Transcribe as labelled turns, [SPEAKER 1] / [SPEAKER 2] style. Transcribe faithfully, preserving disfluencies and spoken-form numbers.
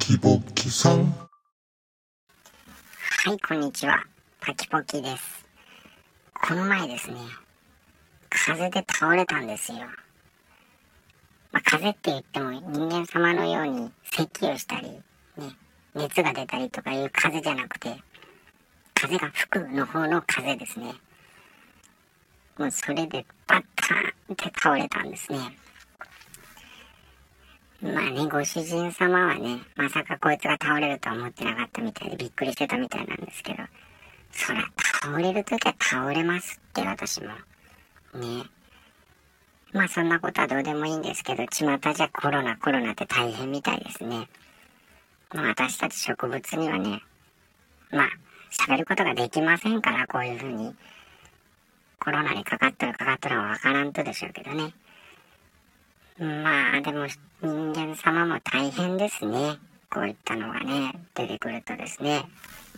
[SPEAKER 1] キポキさん。
[SPEAKER 2] はい、こんにちは。パキポキです。この前ですね、風邪で倒れたんですよ。まあ、風邪って言っても人間様のように咳をしたり、ね、熱が出たりとかいう風邪じゃなくて、風が吹くの方の風ですね。もうそれでバッターンって倒れたんですね。まあね、ご主人様はね、まさかこいつが倒れるとは思ってなかったみたいでびっくりしてたみたいなんですけど、そりゃ倒れるときは倒れますって私も。ね。まあそんなことはどうでもいいんですけど、巷じゃコロナコロナって大変みたいですね。まあ私たち植物にはね、まあ喋ることができませんから、こういうふうにコロナにかかっとるかかっとるはわからんとでしょうけどね。まあでも人間様も大変ですね。こういったのがね、出てくるとですね。